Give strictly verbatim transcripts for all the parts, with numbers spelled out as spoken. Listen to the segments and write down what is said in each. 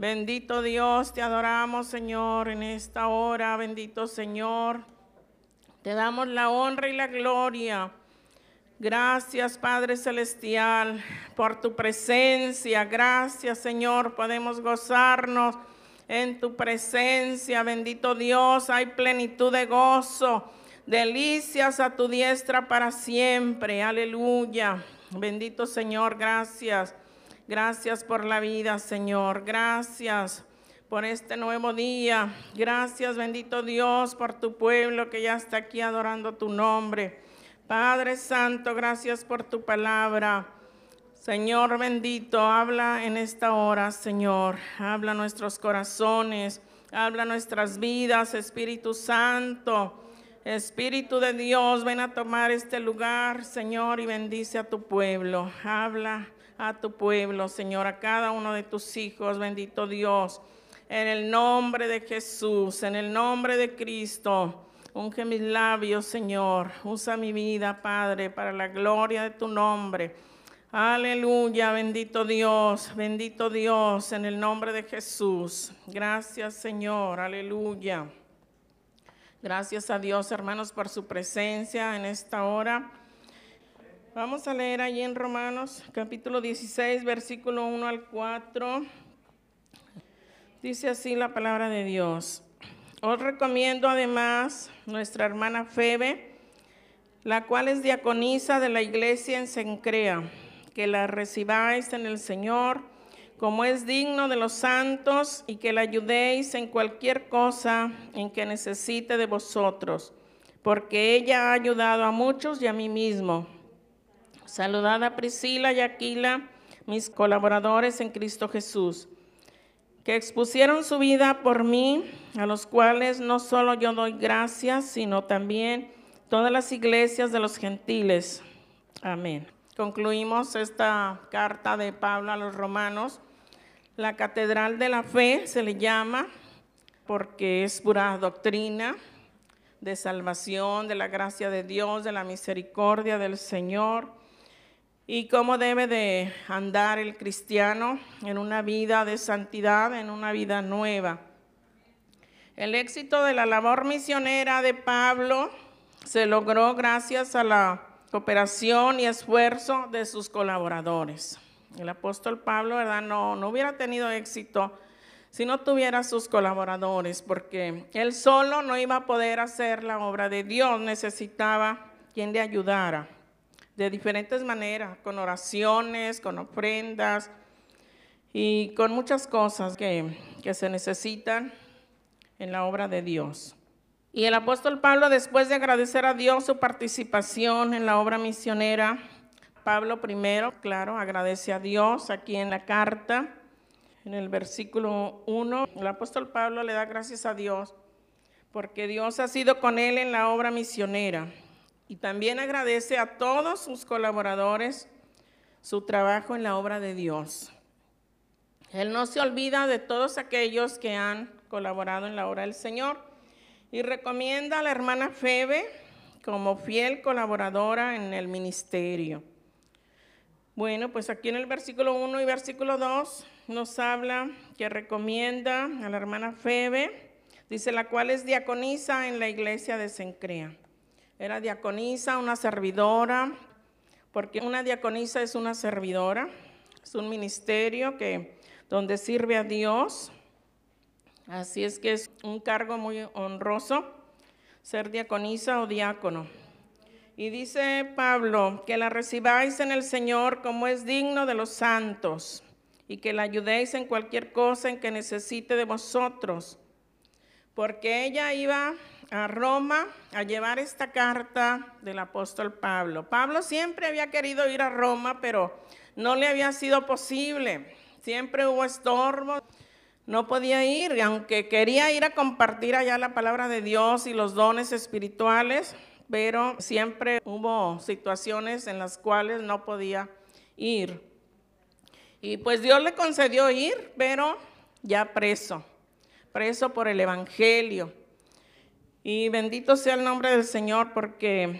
Bendito Dios, te adoramos, Señor, en esta hora. Bendito Señor, te damos la honra y la gloria. Gracias, Padre Celestial, por tu presencia. Gracias, Señor, podemos gozarnos en tu presencia. Bendito Dios, hay plenitud de gozo, delicias a tu diestra para siempre. Aleluya. Bendito Señor, gracias. Gracias por la vida, Señor. Gracias por este nuevo día. Gracias, bendito Dios, por tu pueblo que ya está aquí adorando tu nombre. Padre Santo, gracias por tu palabra. Señor bendito, habla en esta hora, Señor. Habla nuestros corazones, habla nuestras vidas, Espíritu Santo. Espíritu de Dios, ven a tomar este lugar, Señor, y bendice a tu pueblo. Habla a tu pueblo, Señor, a cada uno de tus hijos, bendito Dios. En el nombre de Jesús, en el nombre de Cristo. Unge mis labios, Señor. Usa mi vida, Padre, para la gloria de tu nombre. Aleluya, bendito Dios, bendito Dios, en el nombre de Jesús. Gracias, Señor, aleluya. Gracias a Dios, hermanos, por su presencia en esta hora. Vamos a leer allí en Romanos, capítulo dieciséis, versículo uno al cuatro. Dice así la palabra de Dios. Os recomiendo además nuestra hermana Febe, la cual es diaconisa de la iglesia en Cencrea, que la recibáis en el Señor, como es digno de los santos, y que la ayudéis en cualquier cosa en que necesite de vosotros, porque ella ha ayudado a muchos y a mí mismo. Saludad a Priscila y Aquila, mis colaboradores en Cristo Jesús, que expusieron su vida por mí, a los cuales no solo yo doy gracias, sino también todas las iglesias de los gentiles. Amén. Concluimos esta carta de Pablo a los romanos. La catedral de la fe se le llama porque es pura doctrina de salvación, de la gracia de Dios, de la misericordia del Señor. Y cómo debe de andar el cristiano en una vida de santidad, en una vida nueva. El éxito de la labor misionera de Pablo se logró gracias a la cooperación y esfuerzo de sus colaboradores. El apóstol Pablo, ¿verdad? No, no hubiera tenido éxito si no tuviera sus colaboradores, porque él solo no iba a poder hacer la obra de Dios, necesitaba quien le ayudara. De diferentes maneras, con oraciones, con ofrendas y con muchas cosas que, que se necesitan en la obra de Dios. Y el apóstol Pablo, después de agradecer a Dios su participación en la obra misionera, Pablo primero, claro, agradece a Dios aquí en la carta, en el versículo uno, el apóstol Pablo le da gracias a Dios porque Dios ha sido con él en la obra misionera. Y también agradece a todos sus colaboradores su trabajo en la obra de Dios. Él no se olvida de todos aquellos que han colaborado en la obra del Señor y recomienda a la hermana Febe como fiel colaboradora en el ministerio. Bueno, pues aquí en el versículo uno y versículo dos nos habla que recomienda a la hermana Febe, dice, la cual es diaconisa en la iglesia de Cencrea. Era diaconisa, una servidora, porque una diaconisa es una servidora, es un ministerio que, donde sirve a Dios. Así es que es un cargo muy honroso, ser diaconisa o diácono. Y dice Pablo, que la recibáis en el Señor como es digno de los santos, y que la ayudéis en cualquier cosa en que necesite de vosotros, porque ella iba a Roma a llevar esta carta del apóstol Pablo. Pablo siempre había querido ir a Roma, pero no le había sido posible. Siempre hubo estorbo, no podía ir, y aunque quería ir a compartir allá la palabra de Dios y los dones espirituales, pero siempre hubo situaciones en las cuales no podía ir. Y pues Dios le concedió ir, pero ya preso, preso por el evangelio. Y bendito sea el nombre del Señor, porque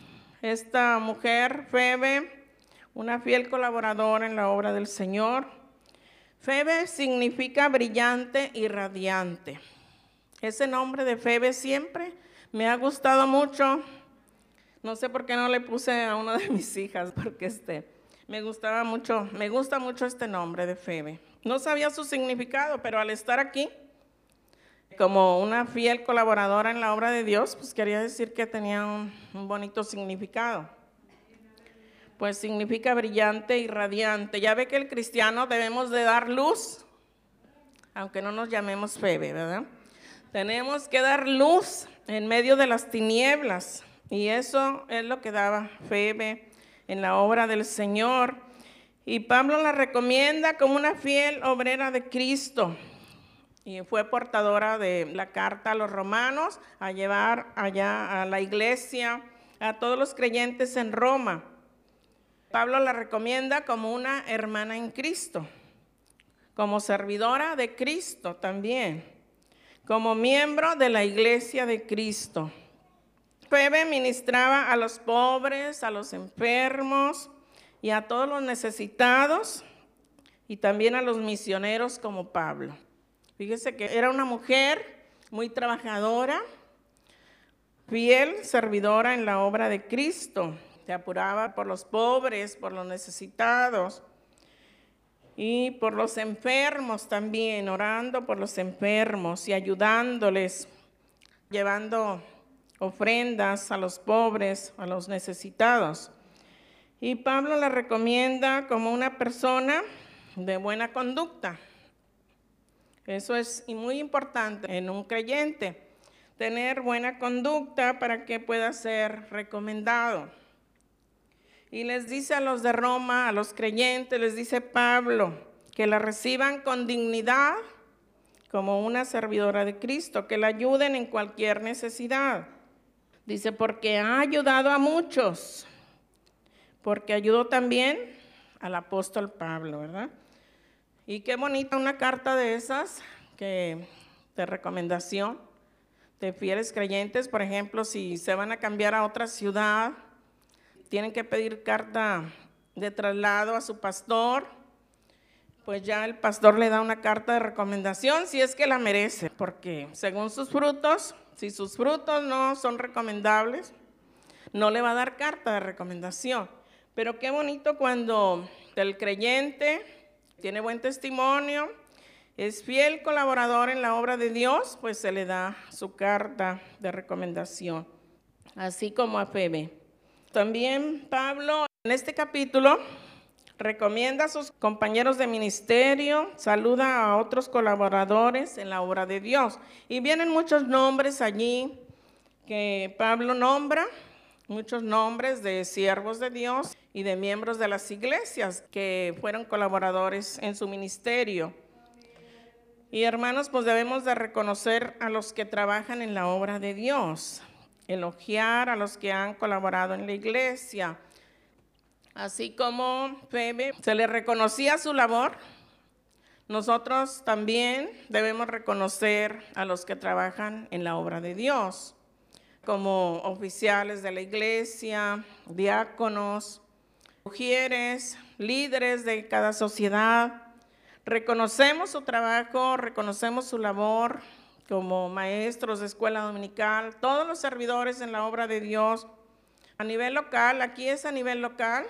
esta mujer, Febe, una fiel colaboradora en la obra del Señor, Febe significa brillante y radiante. Ese nombre de Febe siempre me ha gustado mucho. No sé por qué no le puse a una de mis hijas, porque este, me gustaba mucho, me gusta mucho este nombre de Febe. No sabía su significado, pero al estar aquí, como una fiel colaboradora en la obra de Dios, pues quería decir que tenía un, un bonito significado. Pues significa brillante y radiante. Ya ve que el cristiano debemos de dar luz, aunque no nos llamemos Febe, ¿verdad? Tenemos que dar luz en medio de las tinieblas, y eso es lo que daba Febe en la obra del Señor. Y Pablo la recomienda como una fiel obrera de Cristo, y fue portadora de la carta a los romanos, a llevar allá a la iglesia, a todos los creyentes en Roma. Pablo la recomienda como una hermana en Cristo, como servidora de Cristo también, como miembro de la iglesia de Cristo. Febe ministraba a los pobres, a los enfermos y a todos los necesitados, y también a los misioneros como Pablo. Fíjese que era una mujer muy trabajadora, fiel servidora en la obra de Cristo. Se apuraba por los pobres, por los necesitados y por los enfermos también, orando por los enfermos y ayudándoles, llevando ofrendas a los pobres, a los necesitados. Y Pablo la recomienda como una persona de buena conducta. Eso es muy importante en un creyente, tener buena conducta para que pueda ser recomendado. Y les dice a los de Roma, a los creyentes, les dice Pablo, que la reciban con dignidad como una servidora de Cristo, que la ayuden en cualquier necesidad. Dice, porque ha ayudado a muchos, porque ayudó también al apóstol Pablo, ¿verdad? Y qué bonita una carta de esas, que, de recomendación de fieles creyentes. Por ejemplo, si se van a cambiar a otra ciudad, tienen que pedir carta de traslado a su pastor, pues ya el pastor le da una carta de recomendación si es que la merece, porque según sus frutos, si sus frutos no son recomendables, no le va a dar carta de recomendación. Pero qué bonito cuando el creyente tiene buen testimonio, es fiel colaborador en la obra de Dios, pues se le da su carta de recomendación, así como a Febe. También Pablo en este capítulo recomienda a sus compañeros de ministerio, saluda a otros colaboradores en la obra de Dios. Y vienen muchos nombres allí que Pablo nombra, muchos nombres de siervos de Dios y de miembros de las iglesias que fueron colaboradores en su ministerio. Y hermanos, pues debemos de reconocer a los que trabajan en la obra de Dios, elogiar a los que han colaborado en la iglesia. Así como Febe se le reconocía su labor, nosotros también debemos reconocer a los que trabajan en la obra de Dios, como oficiales de la iglesia, diáconos, mujeres, líderes de cada sociedad. Reconocemos su trabajo, reconocemos su labor como maestros de escuela dominical, todos los servidores en la obra de Dios a nivel local. Aquí es a nivel local.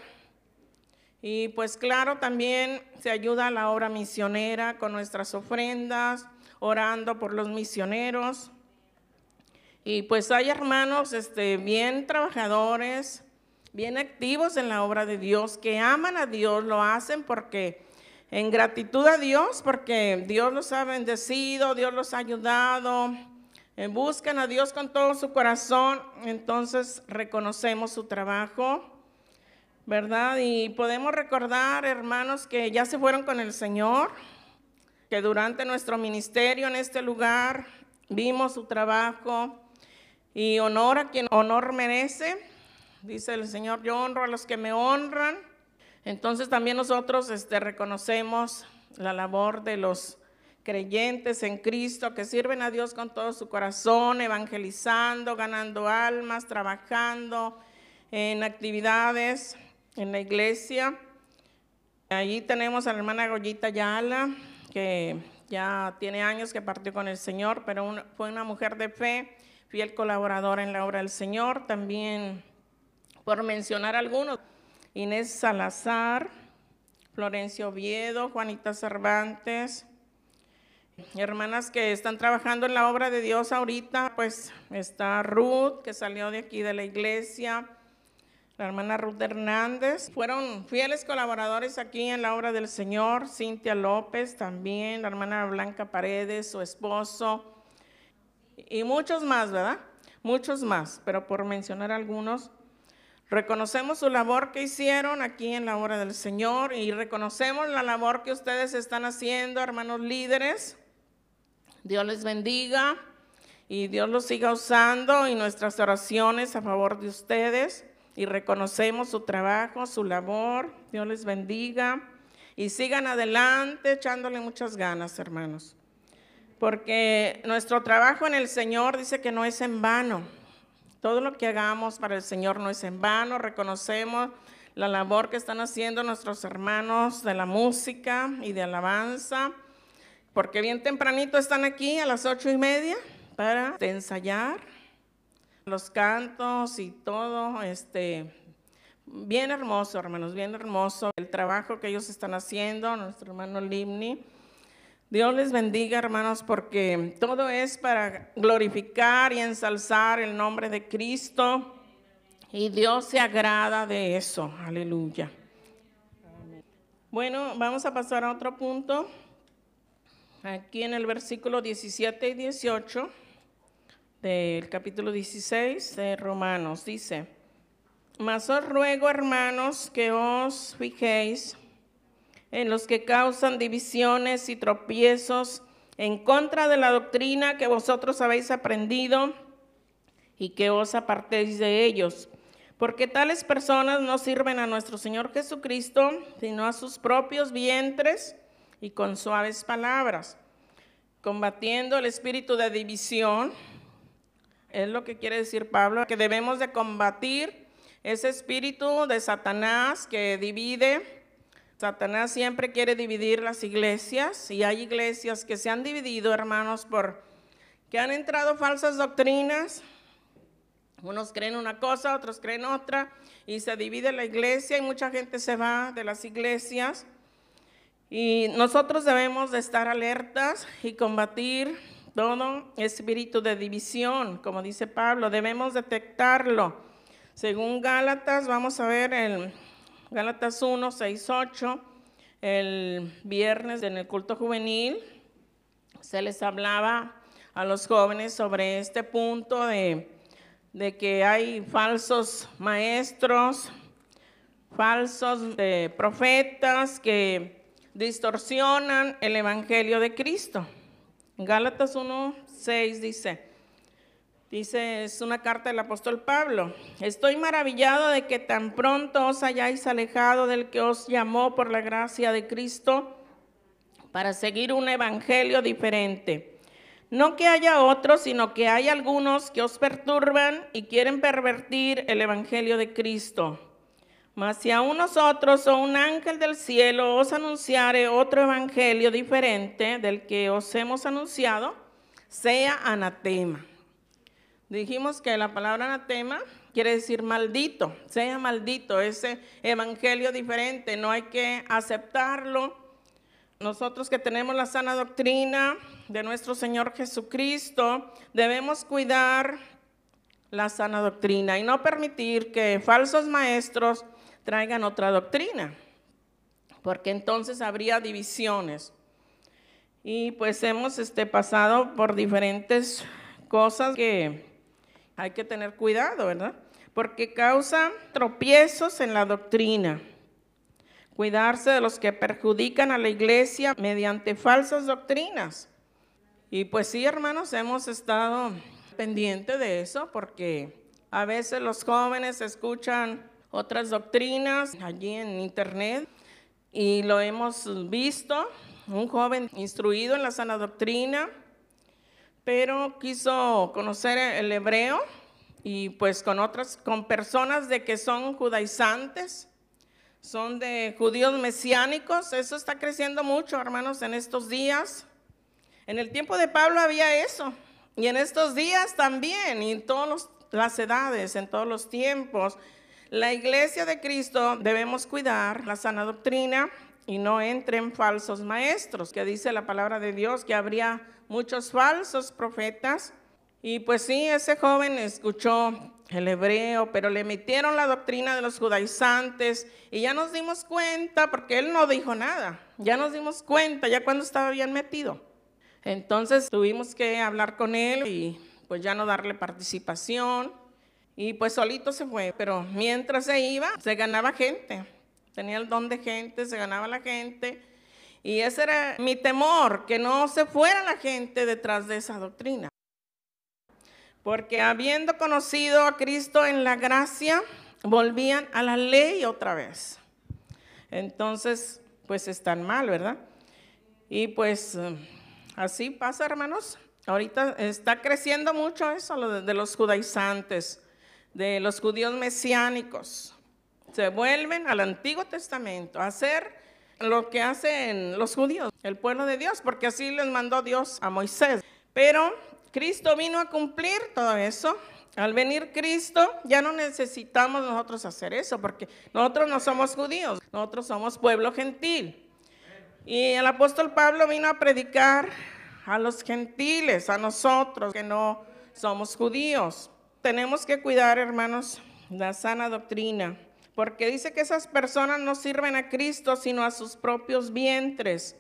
Y pues claro, también se ayuda a la obra misionera con nuestras ofrendas, orando por los misioneros. Y pues hay hermanos este, bien trabajadores, bien activos en la obra de Dios, que aman a Dios, lo hacen porque en gratitud a Dios, porque Dios los ha bendecido, Dios los ha ayudado, eh, buscan a Dios con todo su corazón. Entonces reconocemos su trabajo, ¿verdad? Y podemos recordar, hermanos, que ya se fueron con el Señor, que durante nuestro ministerio en este lugar vimos su trabajo, y honor a quien honor merece. Dice el Señor, yo honro a los que me honran. Entonces también nosotros este, reconocemos la labor de los creyentes en Cristo que sirven a Dios con todo su corazón, evangelizando, ganando almas, trabajando en actividades en la iglesia. Allí tenemos a la hermana Goyita Yala, que ya tiene años que partió con el Señor, pero una, fue una mujer de fe, fiel colaboradora en la obra del Señor. También, por mencionar algunos, Inés Salazar, Florencia Oviedo, Juanita Cervantes, hermanas que están trabajando en la obra de Dios ahorita. Pues está Ruth, que salió de aquí de la iglesia, la hermana Ruth Hernández. Fueron fieles colaboradores aquí en la obra del Señor. Cintia López también, la hermana Blanca Paredes, su esposo, y muchos más, ¿verdad? Muchos más, pero por mencionar algunos. Reconocemos su labor que hicieron aquí en la obra del Señor y reconocemos la labor que ustedes están haciendo, hermanos líderes. Dios les bendiga y Dios los siga usando, y nuestras oraciones a favor de ustedes, y reconocemos su trabajo, su labor. Dios les bendiga y sigan adelante echándole muchas ganas, hermanos, porque nuestro trabajo en el Señor dice que no es en vano. Todo lo que hagamos para el Señor no es en vano. Reconocemos la labor que están haciendo nuestros hermanos de la música y de alabanza, porque bien tempranito están aquí a las ocho y media para ensayar los cantos y todo. Este, bien hermoso, hermanos, bien hermoso el trabajo que ellos están haciendo, nuestro hermano Limni. Dios les bendiga, hermanos, porque todo es para glorificar y ensalzar el nombre de Cristo, y Dios se agrada de eso. Aleluya. Bueno, vamos a pasar a otro punto. Aquí en el versículo diecisiete y dieciocho del capítulo dieciséis de Romanos dice: Mas os ruego, hermanos, que os fijéis en los que causan divisiones y tropiezos en contra de la doctrina que vosotros habéis aprendido, y que os apartéis de ellos, porque tales personas no sirven a nuestro Señor Jesucristo, sino a sus propios vientres, y con suaves palabras, combatiendo el espíritu de división. Es lo que quiere decir Pablo, que debemos de combatir ese espíritu de Satanás que divide. Satanás siempre quiere dividir las iglesias, y hay iglesias que se han dividido, hermanos, por que han entrado falsas doctrinas. Unos creen una cosa, otros creen otra, y se divide la iglesia, y mucha gente se va de las iglesias. Y nosotros debemos de estar alertas y combatir todo espíritu de división, como dice Pablo, debemos detectarlo. Según Gálatas, vamos a ver el Gálatas uno, seis, ocho, el viernes en el culto juvenil, se les hablaba a los jóvenes sobre este punto de, de que hay falsos maestros, falsos eh, profetas que distorsionan el evangelio de Cristo. Gálatas uno, seis dice, Dice, es una carta del apóstol Pablo: Estoy maravillado de que tan pronto os hayáis alejado del que os llamó por la gracia de Cristo para seguir un evangelio diferente. No que haya otros, sino que hay algunos que os perturban y quieren pervertir el evangelio de Cristo. Mas si a nosotros o un ángel del cielo os anunciare otro evangelio diferente del que os hemos anunciado, sea anatema. Dijimos que la palabra anatema quiere decir maldito, sea maldito ese evangelio diferente, no hay que aceptarlo. Nosotros que tenemos la sana doctrina de nuestro Señor Jesucristo, debemos cuidar la sana doctrina y no permitir que falsos maestros traigan otra doctrina, porque entonces habría divisiones. Y pues hemos este, pasado por diferentes cosas que hay que tener cuidado, ¿verdad? Porque causan tropiezos en la doctrina. Cuidarse de los que perjudican a la iglesia mediante falsas doctrinas. Y pues sí, hermanos, hemos estado pendientes de eso, porque a veces los jóvenes escuchan otras doctrinas allí en internet, y lo hemos visto, un joven instruido en la sana doctrina, pero quiso conocer el hebreo, y pues con otras, con personas de que son judaizantes, son de judíos mesiánicos. Eso está creciendo mucho, hermanos, en estos días. En el tiempo de Pablo había eso, y en estos días también, y en todas las edades, en todos los tiempos. La iglesia de Cristo debemos cuidar la sana doctrina y no entren falsos maestros, que dice la palabra de Dios que habría muchos falsos profetas. Y pues sí, ese joven escuchó el hebreo, pero le metieron la doctrina de los judaizantes y ya nos dimos cuenta, porque él no dijo nada, ya nos dimos cuenta ya cuando estaba bien metido. Entonces tuvimos que hablar con él y pues ya no darle participación, y pues solito se fue, pero mientras se iba se ganaba gente, tenía el don de gente, se ganaba la gente, y ese era mi temor, que no se fuera la gente detrás de esa doctrina. Porque habiendo conocido a Cristo en la gracia, volvían a la ley otra vez. Entonces, pues están mal, ¿verdad? Y pues así pasa, hermanos. Ahorita está creciendo mucho eso, lo de, de los judaizantes, de los judíos mesiánicos. Se vuelven al Antiguo Testamento a hacer lo que hacen los judíos, el pueblo de Dios, porque así les mandó Dios a Moisés. Pero Cristo vino a cumplir todo eso. Al venir Cristo, ya no necesitamos nosotros hacer eso, porque nosotros no somos judíos, nosotros somos pueblo gentil. Y el apóstol Pablo vino a predicar a los gentiles, a nosotros que no somos judíos. Tenemos que cuidar, hermanos, la sana doctrina, porque dice que esas personas no sirven a Cristo, sino a sus propios vientres,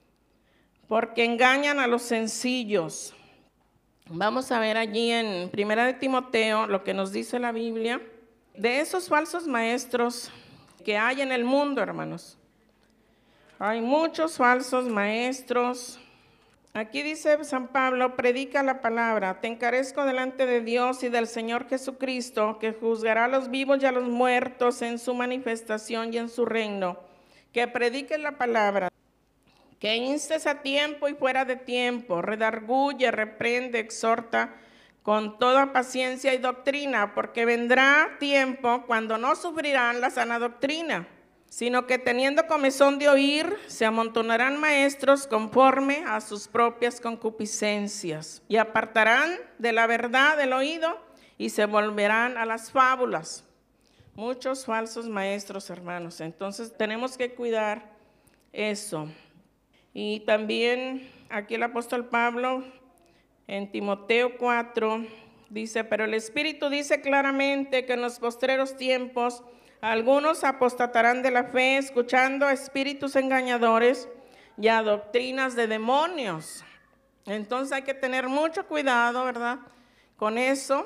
porque engañan a los sencillos. Vamos a ver allí en Primera de Timoteo lo que nos dice la Biblia de esos falsos maestros que hay en el mundo, hermanos. Hay muchos falsos maestros. Aquí dice San Pablo: predica la palabra, te encarezco delante de Dios y del Señor Jesucristo, que juzgará a los vivos y a los muertos en su manifestación y en su reino. Que prediques la palabra, que instes a tiempo y fuera de tiempo, redarguye, reprende, exhorta con toda paciencia y doctrina, porque vendrá tiempo cuando no sufrirán la sana doctrina, sino que teniendo comezón de oír, se amontonarán maestros conforme a sus propias concupiscencias, y apartarán de la verdad el oído y se volverán a las fábulas. Muchos falsos maestros, hermanos. Entonces tenemos que cuidar eso. Y también aquí el apóstol Pablo en Timoteo cuatro dice: pero el Espíritu dice claramente que en los postreros tiempos algunos apostatarán de la fe, escuchando a espíritus engañadores y a doctrinas de demonios. Entonces hay que tener mucho cuidado, ¿verdad?, con eso,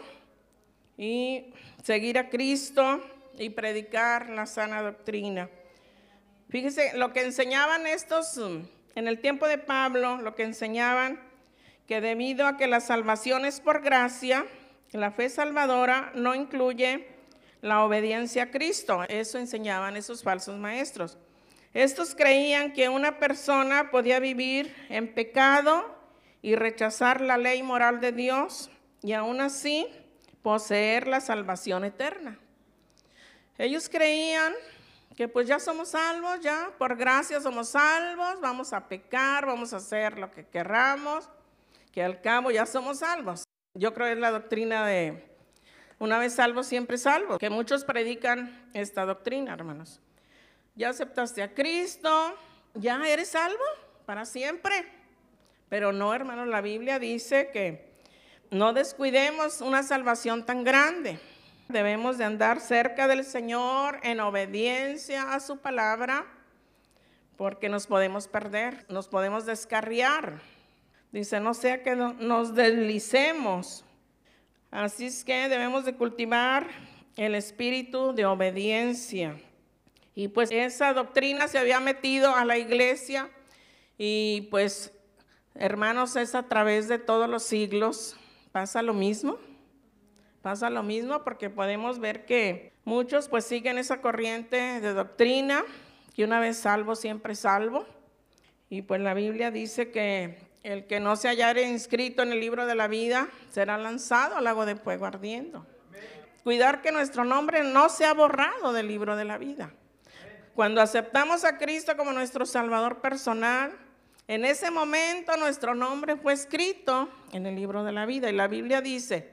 y seguir a Cristo y predicar la sana doctrina. Fíjese lo que enseñaban estos en el tiempo de Pablo, lo que enseñaban, que debido a que la salvación es por gracia, la fe salvadora no incluye la obediencia a Cristo. Eso enseñaban esos falsos maestros. Estos creían que una persona podía vivir en pecado y rechazar la ley moral de Dios y aún así poseer la salvación eterna. Ellos creían que pues ya somos salvos, ya por gracia somos salvos, vamos a pecar, vamos a hacer lo que querramos, que al cabo ya somos salvos. Yo creo que es la doctrina de una vez salvo, siempre salvo, que muchos predican esta doctrina, hermanos. Ya aceptaste a Cristo, ya eres salvo para siempre. Pero no, hermanos, la Biblia dice que no descuidemos una salvación tan grande. Debemos de andar cerca del Señor en obediencia a su palabra, porque nos podemos perder, nos podemos descarriar. Dice, no sea que no, nos deslicemos. Así es que debemos de cultivar el espíritu de obediencia. Y pues esa doctrina se había metido a la iglesia y pues, hermanos, es a través de todos los siglos. Pasa lo mismo, pasa lo mismo porque podemos ver que muchos pues siguen esa corriente de doctrina, que una vez salvo, siempre salvo. Y pues la Biblia dice que el que no se hallare inscrito en el libro de la vida será lanzado al lago de fuego ardiendo. Amén. Cuidar que nuestro nombre no sea borrado del libro de la vida. Amén. Cuando aceptamos a Cristo como nuestro Salvador personal, en ese momento nuestro nombre fue escrito en el libro de la vida. Y la Biblia dice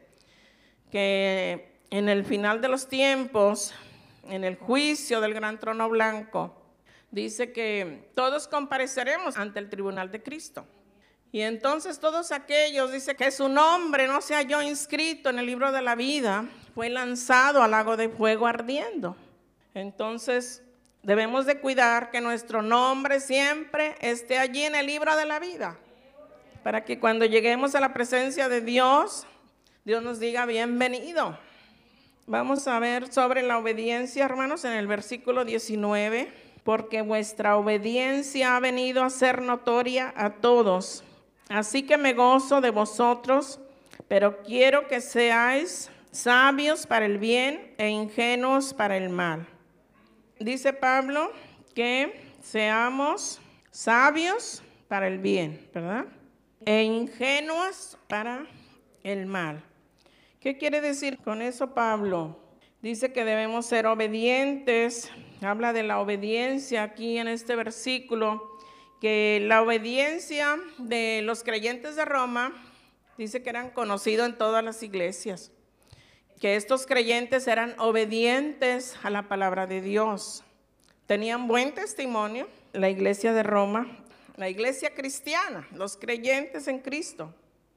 que en el final de los tiempos, en el juicio del gran trono blanco, dice que todos compareceremos ante el tribunal de Cristo. Y entonces todos aquellos, dice que su nombre no se halló inscrito en el libro de la vida, fue lanzado al lago de fuego ardiendo. Entonces debemos de cuidar que nuestro nombre siempre esté allí en el libro de la vida, para que cuando lleguemos a la presencia de Dios, Dios nos diga bienvenido. Vamos a ver sobre la obediencia, hermanos, en el versículo diecinueve. Porque vuestra obediencia ha venido a ser notoria a todos. Así que me gozo de vosotros, pero quiero que seáis sabios para el bien e ingenuos para el mal. Dice Pablo que seamos sabios para el bien, ¿verdad? E ingenuos para el mal. ¿Qué quiere decir con eso Pablo? Dice que debemos ser obedientes. Habla de la obediencia aquí en este versículo, que la obediencia de los creyentes de Roma, dice que eran conocidos en todas las iglesias, que estos creyentes eran obedientes a la palabra de Dios. Tenían buen testimonio, la iglesia de Roma, la iglesia cristiana, los creyentes en Cristo.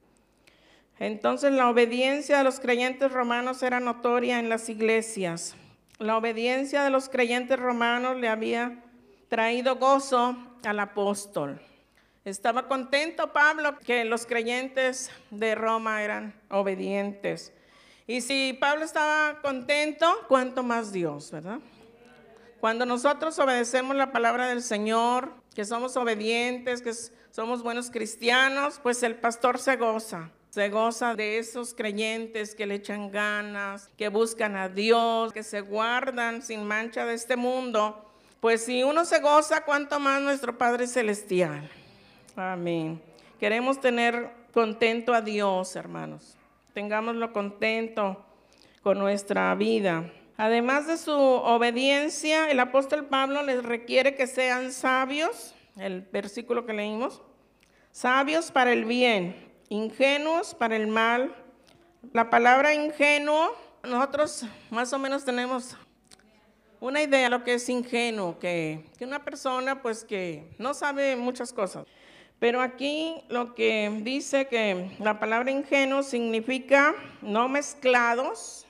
Entonces la obediencia de los creyentes romanos era notoria en las iglesias. La obediencia de los creyentes romanos le había traído gozo al apóstol. Estaba contento Pablo que los creyentes de Roma eran obedientes. Y si Pablo estaba contento, ¿cuánto más Dios, verdad? Cuando nosotros obedecemos la palabra del Señor, que somos obedientes, que somos buenos cristianos, pues el pastor se goza. Se goza de esos creyentes que le echan ganas, que buscan a Dios, que se guardan sin mancha de este mundo. Pues si uno se goza, ¿cuánto más nuestro Padre Celestial? Amén. Queremos tener contento a Dios, hermanos. Tengámoslo contento con nuestra vida. Además de su obediencia, el apóstol Pablo les requiere que sean sabios, el versículo que leímos, sabios para el bien, ingenuos para el mal. La palabra ingenuo, nosotros más o menos tenemos una idea de lo que es ingenuo, que, que una persona pues que no sabe muchas cosas. Pero aquí lo que dice que la palabra ingenuo significa no mezclados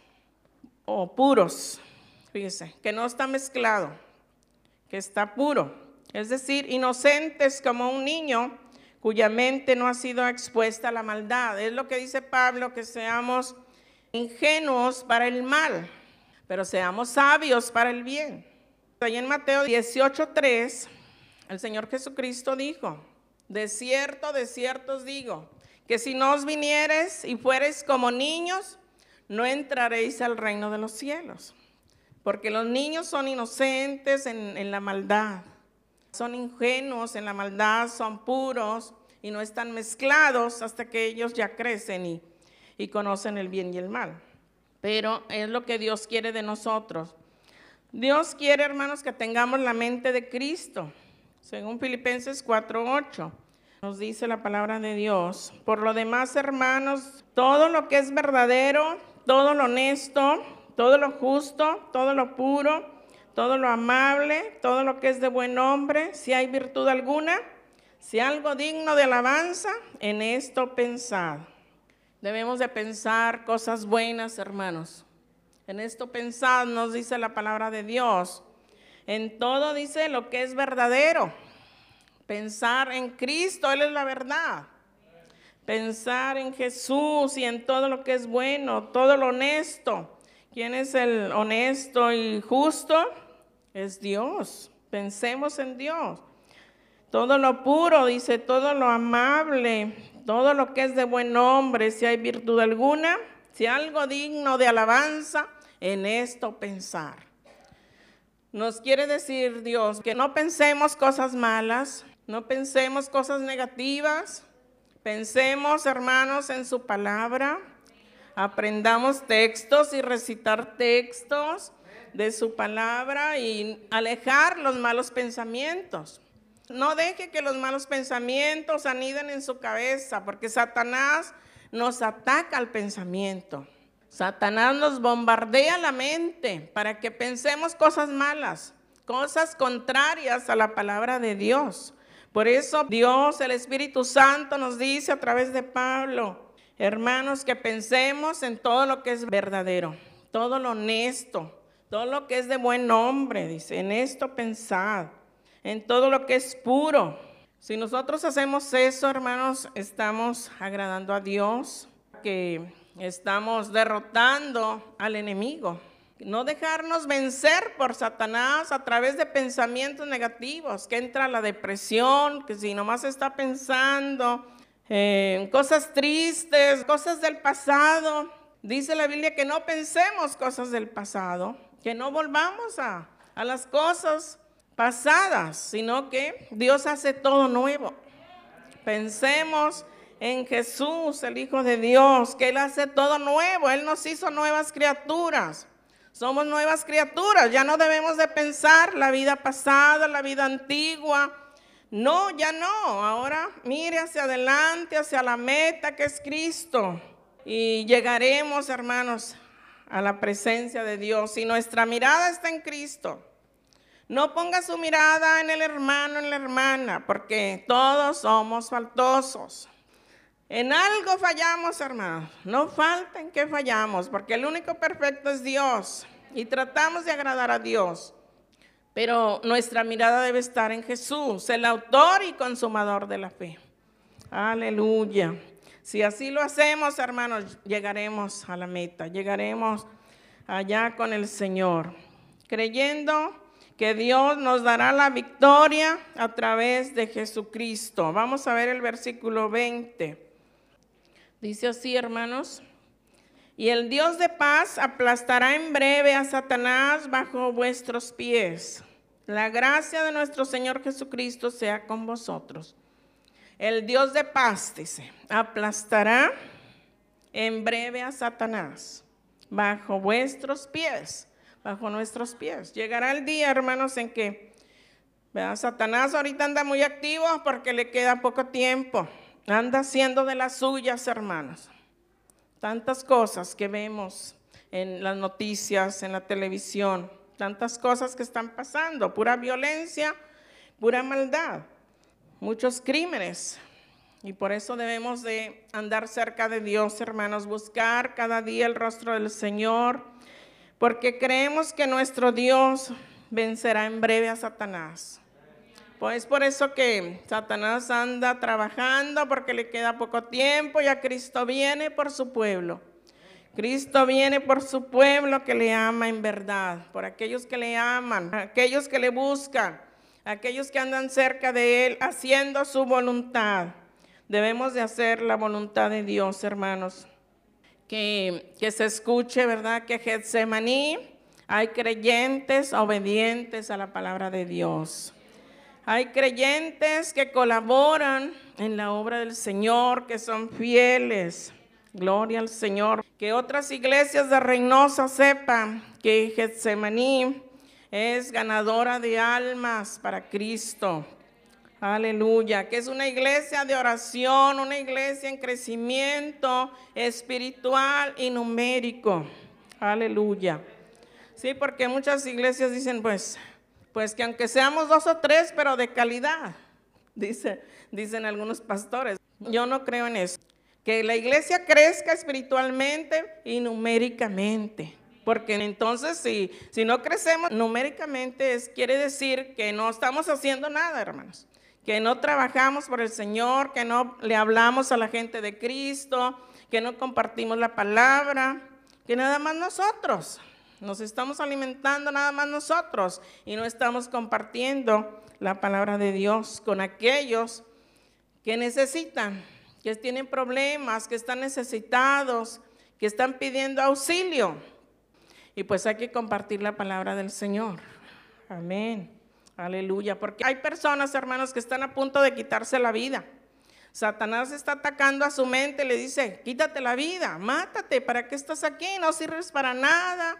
o puros. Fíjese, que no está mezclado, que está puro. Es decir, inocentes como un niño cuya mente no ha sido expuesta a la maldad. Es lo que dice Pablo, que seamos ingenuos para el mal, pero seamos sabios para el bien. Ahí en Mateo dieciocho tres, el Señor Jesucristo dijo, de cierto, de cierto os digo, que si no os viniereis y fuereis como niños, no entraréis al reino de los cielos. Porque los niños son inocentes en, en la maldad. Son ingenuos en la maldad, son puros y no están mezclados hasta que ellos ya crecen y, y conocen el bien y el mal. Pero es lo que Dios quiere de nosotros. Dios quiere, hermanos, que tengamos la mente de Cristo. Según Filipenses cuatro ocho, nos dice la palabra de Dios. Por lo demás, hermanos, todo lo que es verdadero, todo lo honesto, todo lo justo, todo lo puro, todo lo amable, todo lo que es de buen nombre, si hay virtud alguna, si algo digno de alabanza, en esto pensad. Debemos de pensar cosas buenas, hermanos. En esto pensad, nos dice la palabra de Dios. En todo dice lo que es verdadero. Pensar en Cristo, Él es la verdad. Pensar en Jesús y en todo lo que es bueno, todo lo honesto. ¿Quién es el honesto y justo? Es Dios. Pensemos en Dios. Todo lo puro, dice, todo lo amable, todo lo que es de buen nombre, si hay virtud alguna, si algo digno de alabanza, en esto pensar. Nos quiere decir Dios que no pensemos cosas malas, no pensemos cosas negativas, pensemos, hermanos, en su palabra, aprendamos textos y recitar textos, de su palabra y alejar los malos pensamientos. No deje que los malos pensamientos aniden en su cabeza, porque Satanás nos ataca al pensamiento. Satanás nos bombardea la mente para que pensemos cosas malas, cosas contrarias a la palabra de Dios. Por eso Dios, el Espíritu Santo, nos dice a través de Pablo, hermanos, que pensemos en todo lo que es verdadero, todo lo honesto, todo lo que es de buen nombre, dice, en esto pensad, en todo lo que es puro. Si nosotros hacemos eso, hermanos, estamos agradando a Dios, que estamos derrotando al enemigo. No dejarnos vencer por Satanás a través de pensamientos negativos, que entra la depresión, que si nomás está pensando en eh, cosas tristes, cosas del pasado. Dice la Biblia que no pensemos cosas del pasado, que no volvamos a, a las cosas pasadas, sino que Dios hace todo nuevo. Pensemos en Jesús, el Hijo de Dios, que Él hace todo nuevo. Él nos hizo nuevas criaturas. Somos nuevas criaturas. Ya no debemos de pensar la vida pasada, la vida antigua. No, ya no. Ahora mire hacia adelante, hacia la meta que es Cristo. Y llegaremos, hermanos, a la presencia de Dios. Si nuestra mirada está en Cristo, no ponga su mirada en el hermano, en la hermana, porque todos somos faltosos. En algo fallamos, hermanos. No falta en qué fallamos, porque el único perfecto es Dios. Y tratamos de agradar a Dios. Pero nuestra mirada debe estar en Jesús, el autor y consumador de la fe. Aleluya. Si así lo hacemos, hermanos, llegaremos a la meta. Llegaremos allá con el Señor, creyendo que Dios nos dará la victoria a través de Jesucristo. Vamos a ver el versículo veinte. Dice así, hermanos: y el Dios de paz aplastará en breve a Satanás bajo vuestros pies. La gracia de nuestro Señor Jesucristo sea con vosotros. El Dios de paz, dice, aplastará en breve a Satanás bajo vuestros pies, bajo nuestros pies. Llegará el día, hermanos, en que, ¿verdad? Satanás ahorita anda muy activo porque le queda poco tiempo. Anda haciendo de las suyas, hermanos. Tantas cosas que vemos en las noticias, en la televisión, tantas cosas que están pasando, pura violencia, pura maldad, muchos crímenes. Y por eso debemos de andar cerca de Dios, hermanos, buscar cada día el rostro del Señor, porque creemos que nuestro Dios vencerá en breve a Satanás. Pues por eso que Satanás anda trabajando, porque le queda poco tiempo, ya Cristo viene por su pueblo. Cristo viene por su pueblo que le ama en verdad, por aquellos que le aman, aquellos que le buscan, aquellos que andan cerca de Él, haciendo su voluntad. Debemos de hacer la voluntad de Dios, hermanos. Que, que se escuche, ¿verdad? Que Getsemaní hay creyentes obedientes a la palabra de Dios. Hay creyentes que colaboran en la obra del Señor, que son fieles. Gloria al Señor. Que otras iglesias de Reynosa sepan que Getsemaní es ganadora de almas para Cristo. Aleluya. Que es una iglesia de oración, una iglesia en crecimiento espiritual y numérico. Aleluya. Sí, porque muchas iglesias dicen, pues, pues que aunque seamos dos o tres, pero de calidad, dice, dicen algunos pastores. Yo no creo en eso. Que la iglesia crezca espiritualmente y numéricamente. Porque entonces si, si no crecemos numéricamente, es, quiere decir que no estamos haciendo nada, hermanos. Que no trabajamos por el Señor, que no le hablamos a la gente de Cristo, que no compartimos la palabra, que nada más nosotros. Nos estamos alimentando nada más nosotros y no estamos compartiendo la palabra de Dios con aquellos que necesitan, que tienen problemas, que están necesitados, que están pidiendo auxilio. Y pues hay que compartir la palabra del Señor. Amén. Aleluya. Porque hay personas, hermanos, que están a punto de quitarse la vida. Satanás está atacando a su mente, le dice, quítate la vida, mátate, ¿para qué estás aquí? No sirves para nada.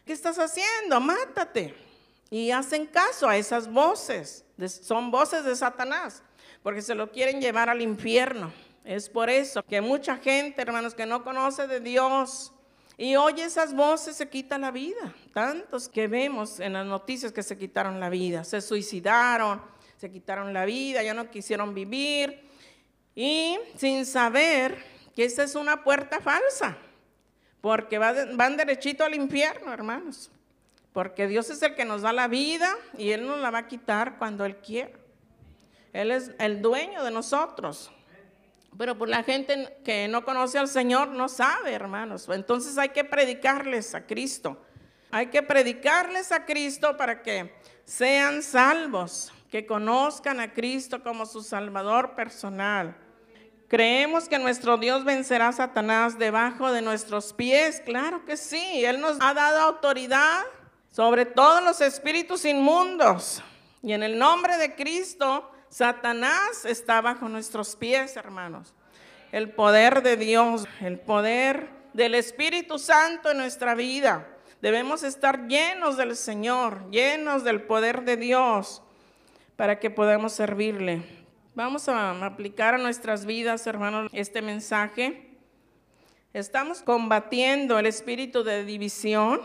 ¿qué estás haciendo? Mátate. Y hacen caso a esas voces, son voces de Satanás, porque se lo quieren llevar al infierno. Es por eso que mucha gente, hermanos, que no conoce de Dios y oye esas voces, se quita la vida. Tantos que vemos en las noticias que se quitaron la vida, se suicidaron, se quitaron la vida, ya no quisieron vivir, y sin saber que esa es una puerta falsa, porque van derechito al infierno, hermanos. Porque Dios es el que nos da la vida y Él nos la va a quitar cuando Él quiera. Él es el dueño de nosotros. Pero por la gente que no conoce al Señor no sabe, hermanos. Entonces hay que predicarles a Cristo. Hay que predicarles a Cristo para que sean salvos, que conozcan a Cristo como su Salvador personal. ¿Creemos que nuestro Dios vencerá a Satanás debajo de nuestros pies? Claro que sí. Él nos ha dado autoridad sobre todos los espíritus inmundos. Y en el nombre de Cristo, Satanás está bajo nuestros pies, hermanos. El poder de Dios, el poder del Espíritu Santo en nuestra vida. Debemos estar llenos del Señor, llenos del poder de Dios, para que podamos servirle. Vamos a aplicar a nuestras vidas, hermanos, este mensaje. Estamos combatiendo el espíritu de división.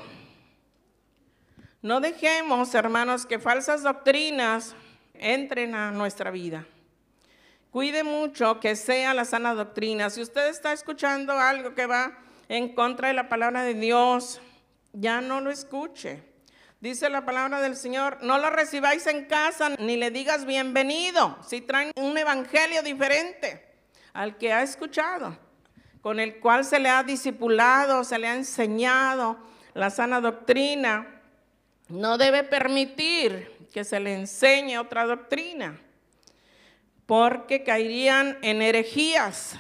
No dejemos, hermanos, que falsas doctrinas entren a nuestra vida. Cuide mucho que sea la sana doctrina. Si usted está escuchando algo que va en contra de la palabra de Dios, ya no lo escuche. Dice la palabra del Señor, no lo recibáis en casa ni le digas bienvenido si traen un evangelio diferente al que ha escuchado, con el cual se le ha discipulado, se le ha enseñado la sana doctrina. No debe permitir que se le enseñe otra doctrina, porque caerían en herejías.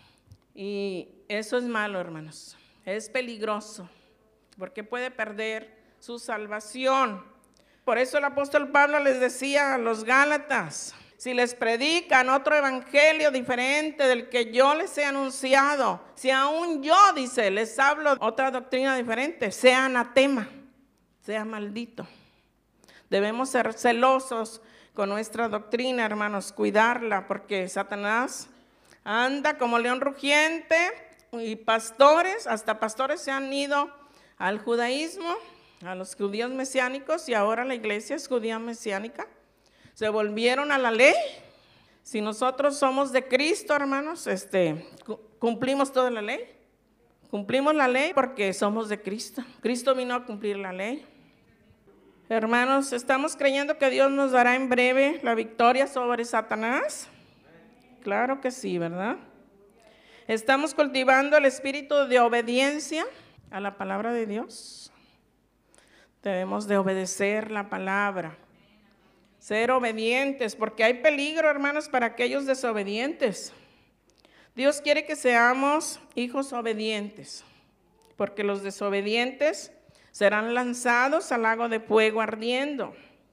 Y eso es malo, hermanos. Es peligroso, porque puede perder su salvación. Por eso el apóstol Pablo les decía a los Gálatas, si les predican otro evangelio diferente del que yo les he anunciado, si aún yo, dice, les hablo otra doctrina diferente, sea anatema, sea maldito. Debemos ser celosos con nuestra doctrina, hermanos, cuidarla, porque Satanás anda como león rugiente y pastores, hasta pastores se han ido al judaísmo, a los judíos mesiánicos, y ahora la iglesia es judía mesiánica. Se volvieron a la ley. Si nosotros somos de Cristo, hermanos, este, cumplimos toda la ley. Cumplimos la ley porque somos de Cristo. Cristo vino a cumplir la ley. Hermanos, ¿estamos creyendo que Dios nos dará en breve la victoria sobre Satanás? Claro que sí, ¿verdad? ¿Estamos cultivando el espíritu de obediencia a la palabra de Dios? Debemos de obedecer la palabra, ser obedientes, porque hay peligro, hermanos, para aquellos desobedientes. Dios quiere que seamos hijos obedientes, porque los desobedientes serán lanzados al lago de fuego ardiendo.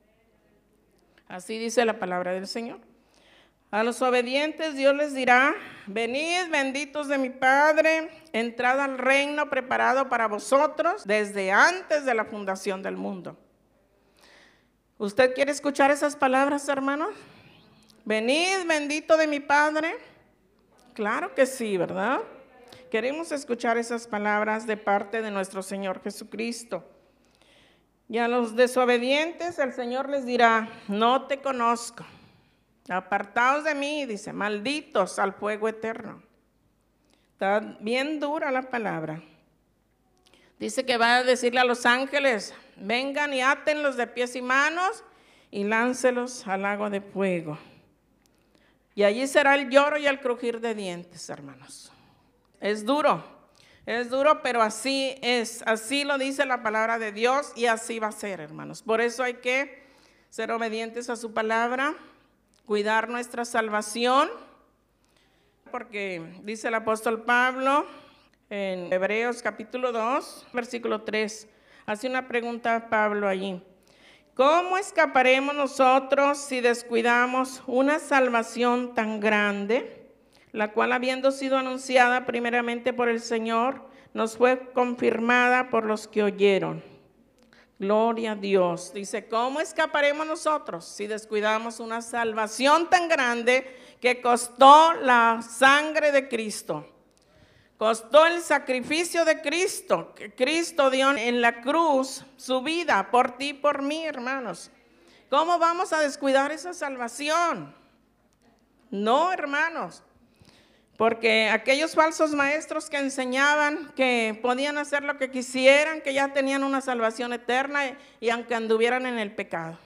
Así dice la palabra del Señor. A los obedientes Dios les dirá, venid benditos de mi Padre, entrad al reino preparado para vosotros desde antes de la fundación del mundo. ¿Usted quiere escuchar esas palabras, hermanos? Venid bendito de mi Padre. Claro que sí, ¿verdad? Queremos escuchar esas palabras de parte de nuestro Señor Jesucristo. Y a los desobedientes el Señor les dirá, no te conozco. Apartaos de mí, dice, malditos al fuego eterno. Está bien dura la palabra. Dice que va a decirle a los ángeles, vengan y átenlos de pies y manos y láncelos al lago de fuego. Y allí será el lloro y el crujir de dientes, hermanos. Es duro, es duro, pero así es, así lo dice la palabra de Dios y así va a ser, hermanos. Por eso hay que ser obedientes a su palabra, cuidar nuestra salvación, porque dice el apóstol Pablo en Hebreos capítulo dos, versículo tres, hace una pregunta a Pablo allí. ¿Cómo escaparemos nosotros si descuidamos una salvación tan grande, la cual habiendo sido anunciada primeramente por el Señor, nos fue confirmada por los que oyeron? Gloria a Dios. Dice, ¿cómo escaparemos nosotros si descuidamos una salvación tan grande que costó la sangre de Cristo? Costó el sacrificio de Cristo, que Cristo dio en la cruz su vida por ti y por mí, hermanos. ¿Cómo vamos a descuidar esa salvación? No, hermanos. Porque aquellos falsos maestros que enseñaban que podían hacer lo que quisieran, que ya tenían una salvación eterna y, y aunque anduvieran en el pecado.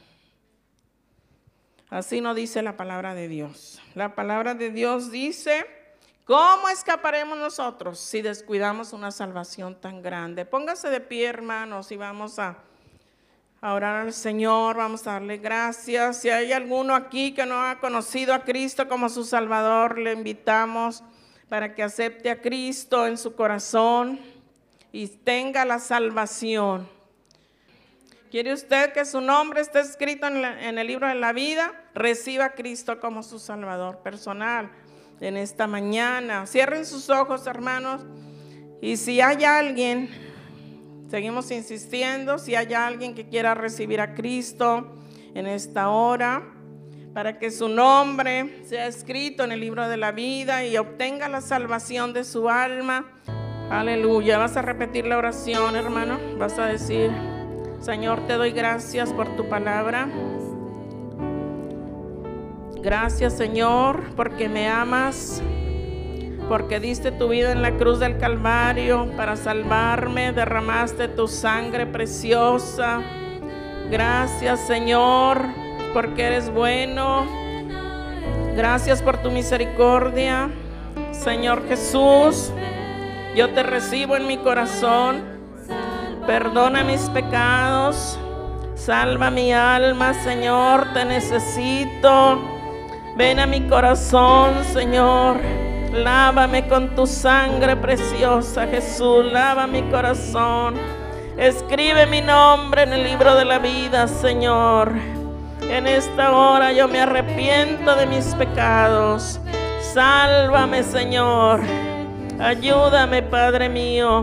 Así no dice la palabra de Dios. La palabra de Dios dice, ¿cómo escaparemos nosotros si descuidamos una salvación tan grande? Póngase de pie, hermanos, y vamos a, a orar al Señor, vamos a darle gracias. Si hay alguno aquí que no ha conocido a Cristo como su Salvador, le invitamos para que acepte a Cristo en su corazón y tenga la salvación. ¿Quiere usted que su nombre esté escrito en, la, en el libro de la vida? Reciba a Cristo como su Salvador personal en esta mañana. Cierren sus ojos, hermanos, y si hay alguien, seguimos insistiendo, si hay alguien que quiera recibir a Cristo en esta hora, para que su nombre sea escrito en el libro de la vida y obtenga la salvación de su alma. Aleluya. Vas a repetir la oración, hermano. Vas a decir, Señor, te doy gracias por tu palabra. Gracias, Señor, porque me amas, porque diste tu vida en la cruz del Calvario para salvarme, derramaste tu sangre preciosa. Gracias, Señor, porque eres bueno. Gracias por tu misericordia. Señor Jesús, yo te recibo en mi corazón. Perdona mis pecados. Salva mi alma, Señor, te necesito. Ven a mi corazón, Señor. Lávame con tu sangre preciosa, Jesús. Lava mi corazón. Escribe mi nombre en el libro de la vida, Señor. En esta hora yo me arrepiento de mis pecados. Sálvame, Señor. Ayúdame, Padre mío.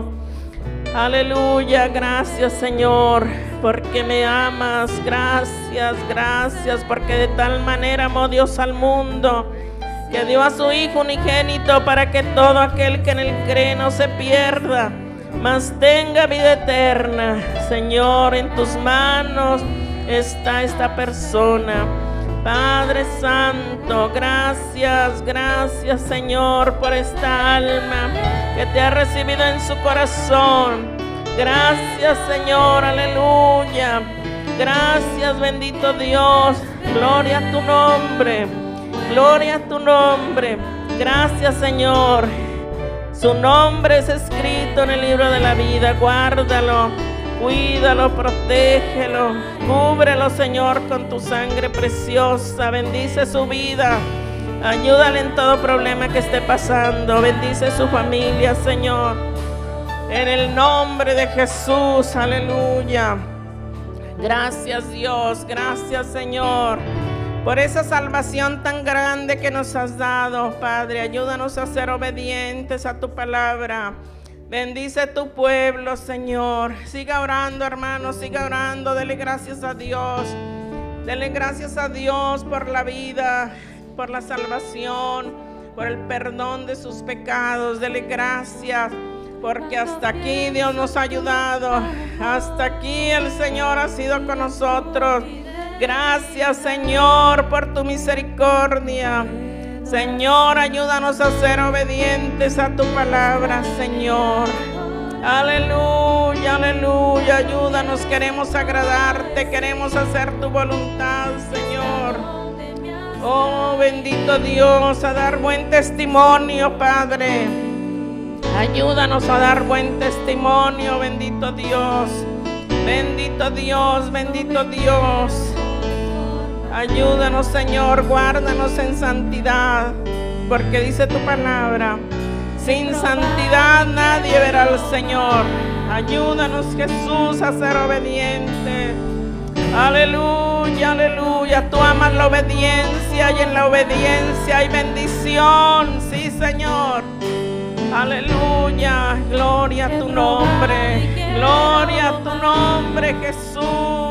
Aleluya. Gracias, Señor, porque me amas. Gracias, gracias, porque de tal manera amó Dios al mundo, que dio a su Hijo unigénito para que todo aquel que en él cree no se pierda, mas tenga vida eterna. Señor, en tus manos está esta persona. Padre Santo, gracias, gracias, Señor, por esta alma que te ha recibido en su corazón. Gracias, Señor, aleluya. Gracias, bendito Dios. Gloria a tu nombre, gloria a tu nombre. Gracias, Señor. Su nombre es escrito en el libro de la vida. Guárdalo, cuídalo, protégelo, cúbrelo, Señor, con tu sangre preciosa. Bendice su vida, ayúdale en todo problema que esté pasando. Bendice su familia, Señor, en el nombre de Jesús. Aleluya. Gracias, Dios. Gracias, Señor, por esa salvación tan grande que nos has dado, Padre. Ayúdanos a ser obedientes a tu palabra. Bendice tu pueblo, Señor. Siga orando, hermano, siga orando. Dele gracias a Dios. Dele gracias a Dios por la vida, por la salvación, por el perdón de sus pecados. Dele gracias, porque hasta aquí Dios nos ha ayudado. Hasta aquí el Señor ha sido con nosotros. Gracias, Señor, por tu misericordia. Señor, ayúdanos a ser obedientes a tu palabra, Señor. Aleluya, aleluya. Ayúdanos, queremos agradarte, queremos hacer tu voluntad, Señor. Oh, bendito Dios, a dar buen testimonio, Padre. Ayúdanos a dar buen testimonio, bendito Dios. Bendito Dios, bendito Dios. Ayúdanos, Señor, guárdanos en santidad, porque dice tu palabra, sin santidad nadie verá al Señor. Ayúdanos, Jesús, a ser obedientes. Aleluya, aleluya. Tú amas la obediencia y en la obediencia hay bendición. Sí, Señor. Aleluya. Gloria a tu nombre. Gloria a tu nombre, Jesús.